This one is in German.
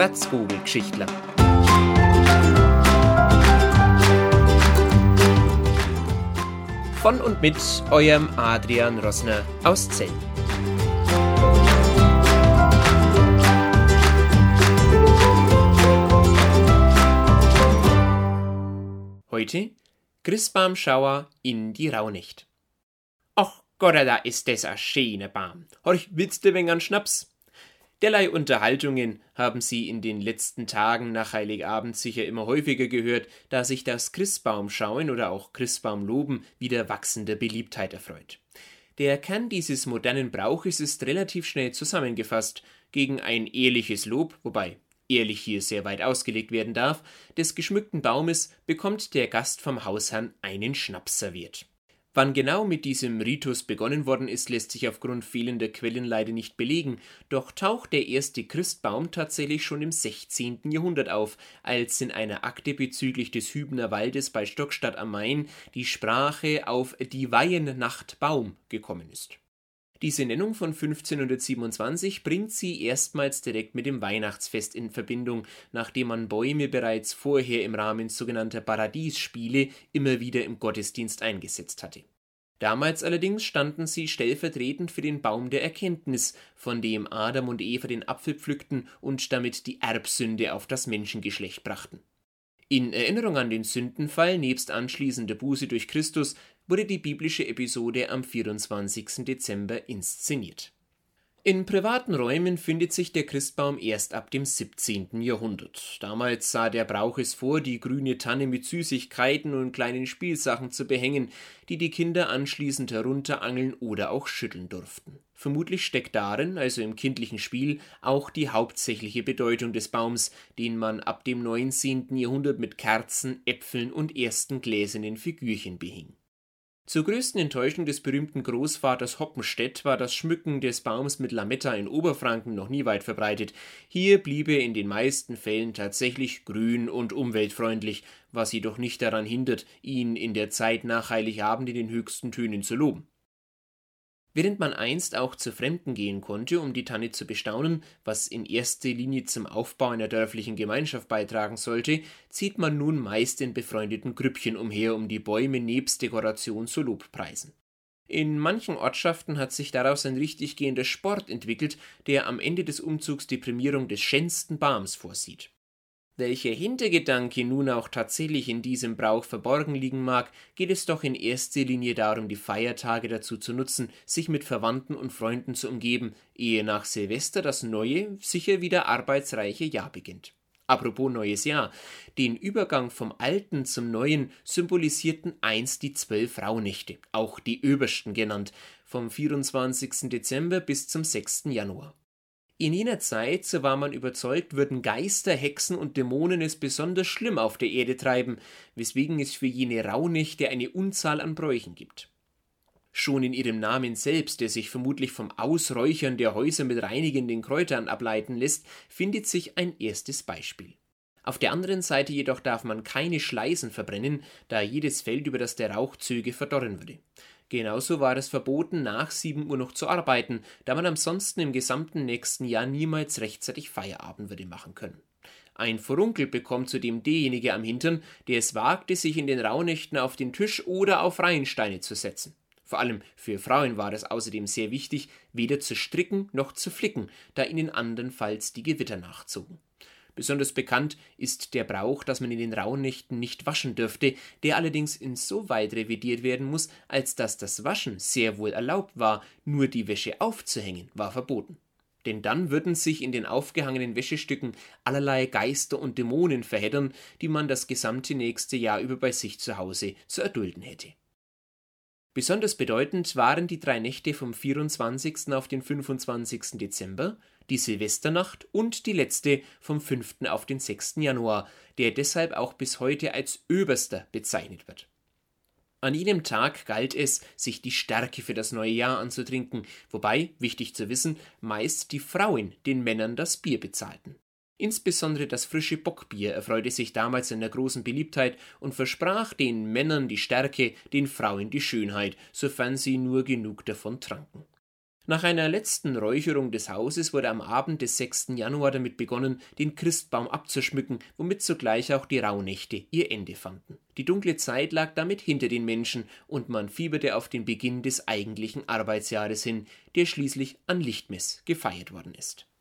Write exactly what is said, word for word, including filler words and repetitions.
Satzgugel-Geschichtler. Von und mit eurem Adrian Rossner aus Zell. Heute Christbaumschauer in die Rauhnecht. Och Gott, da ist des a schöner Baum. Horch, willst du wenig an Schnaps? Derlei Unterhaltungen haben Sie in den letzten Tagen nach Heiligabend sicher immer häufiger gehört, da sich das Christbaumschauen oder auch Christbaumloben wieder wachsender Beliebtheit erfreut. Der Kern dieses modernen Brauches ist relativ schnell zusammengefasst. Gegen ein ehrliches Lob, wobei ehrlich hier sehr weit ausgelegt werden darf, des geschmückten Baumes bekommt der Gast vom Hausherrn einen Schnaps serviert. Wann genau mit diesem Ritus begonnen worden ist, lässt sich aufgrund fehlender Quellen leider nicht belegen, doch taucht der erste Christbaum tatsächlich schon im sechzehnten Jahrhundert auf, als in einer Akte bezüglich des Hübener Waldes bei Stockstadt am Main die Sprache auf die Weihennacht Baum gekommen ist. Diese Nennung von fünfzehnhundertsiebenundzwanzig bringt sie erstmals direkt mit dem Weihnachtsfest in Verbindung, nachdem man Bäume bereits vorher im Rahmen sogenannter Paradiesspiele immer wieder im Gottesdienst eingesetzt hatte. Damals allerdings standen sie stellvertretend für den Baum der Erkenntnis, von dem Adam und Eva den Apfel pflückten und damit die Erbsünde auf das Menschengeschlecht brachten. In Erinnerung an den Sündenfall nebst anschließender Buße durch Christus wurde die biblische Episode am vierundzwanzigsten Dezember inszeniert. In privaten Räumen findet sich der Christbaum erst ab dem siebzehnten Jahrhundert. Damals sah der Brauch es vor, die grüne Tanne mit Süßigkeiten und kleinen Spielsachen zu behängen, die die Kinder anschließend herunterangeln oder auch schütteln durften. Vermutlich steckt darin, also im kindlichen Spiel, auch die hauptsächliche Bedeutung des Baums, den man ab dem neunzehnten Jahrhundert mit Kerzen, Äpfeln und ersten gläsernen Figürchen behing. Zur größten Enttäuschung des berühmten Großvaters Hoppenstedt war das Schmücken des Baums mit Lametta in Oberfranken noch nie weit verbreitet. Hier blieb er in den meisten Fällen tatsächlich grün und umweltfreundlich, was jedoch nicht daran hindert, ihn in der Zeit nach Heiligabend in den höchsten Tönen zu loben. Während man einst auch zu Fremden gehen konnte, um die Tanne zu bestaunen, was in erster Linie zum Aufbau einer dörflichen Gemeinschaft beitragen sollte, zieht man nun meist in befreundeten Grüppchen umher, um die Bäume nebst Dekoration zu Lobpreisen. In manchen Ortschaften hat sich daraus ein richtig gehender Sport entwickelt, der am Ende des Umzugs die Prämierung des schönsten Baums vorsieht. Welcher Hintergedanke nun auch tatsächlich in diesem Brauch verborgen liegen mag, geht es doch in erster Linie darum, die Feiertage dazu zu nutzen, sich mit Verwandten und Freunden zu umgeben, ehe nach Silvester das neue, sicher wieder arbeitsreiche Jahr beginnt. Apropos neues Jahr, den Übergang vom Alten zum Neuen symbolisierten einst die zwölf Rauhnächte, auch die Obersten genannt, vom vierundzwanzigsten Dezember bis zum sechsten Januar. In jener Zeit, so war man überzeugt, würden Geister, Hexen und Dämonen es besonders schlimm auf der Erde treiben, weswegen es für jene Rauhnächte eine Unzahl an Bräuchen gibt. Schon in ihrem Namen selbst, der sich vermutlich vom Ausräuchern der Häuser mit reinigenden Kräutern ableiten lässt, findet sich ein erstes Beispiel. Auf der anderen Seite jedoch darf man keine Schleisen verbrennen, da jedes Feld, über das der Rauch zöge, verdorren würde. Genauso war es verboten, nach sieben Uhr noch zu arbeiten, da man ansonsten im gesamten nächsten Jahr niemals rechtzeitig Feierabend würde machen können. Ein Furunkel bekommt zudem derjenige am Hintern, der es wagte, sich in den Rauhnächten auf den Tisch oder auf Reihensteine zu setzen. Vor allem für Frauen war es außerdem sehr wichtig, weder zu stricken noch zu flicken, da ihnen andernfalls die Gewitter nachzogen. Besonders bekannt ist der Brauch, dass man in den Rauhnächten nicht waschen dürfte, der allerdings insoweit revidiert werden muss, als dass das Waschen sehr wohl erlaubt war, nur die Wäsche aufzuhängen war verboten. Denn dann würden sich in den aufgehangenen Wäschestücken allerlei Geister und Dämonen verheddern, die man das gesamte nächste Jahr über bei sich zu Hause zu erdulden hätte. Besonders bedeutend waren die drei Nächte vom vierundzwanzigsten auf den fünfundzwanzigsten Dezember, die Silvesternacht und die letzte vom fünften auf den sechsten Januar, der deshalb auch bis heute als Oberster bezeichnet wird. An jenem Tag galt es, sich die Stärke für das neue Jahr anzutrinken, wobei, wichtig zu wissen, meist die Frauen den Männern das Bier bezahlten. Insbesondere das frische Bockbier erfreute sich damals einer großen Beliebtheit und versprach den Männern die Stärke, den Frauen die Schönheit, sofern sie nur genug davon tranken. Nach einer letzten Räucherung des Hauses wurde am Abend des sechsten Januar damit begonnen, den Christbaum abzuschmücken, womit zugleich auch die Rauhnächte ihr Ende fanden. Die dunkle Zeit lag damit hinter den Menschen und man fieberte auf den Beginn des eigentlichen Arbeitsjahres hin, der schließlich an Lichtmess gefeiert worden ist.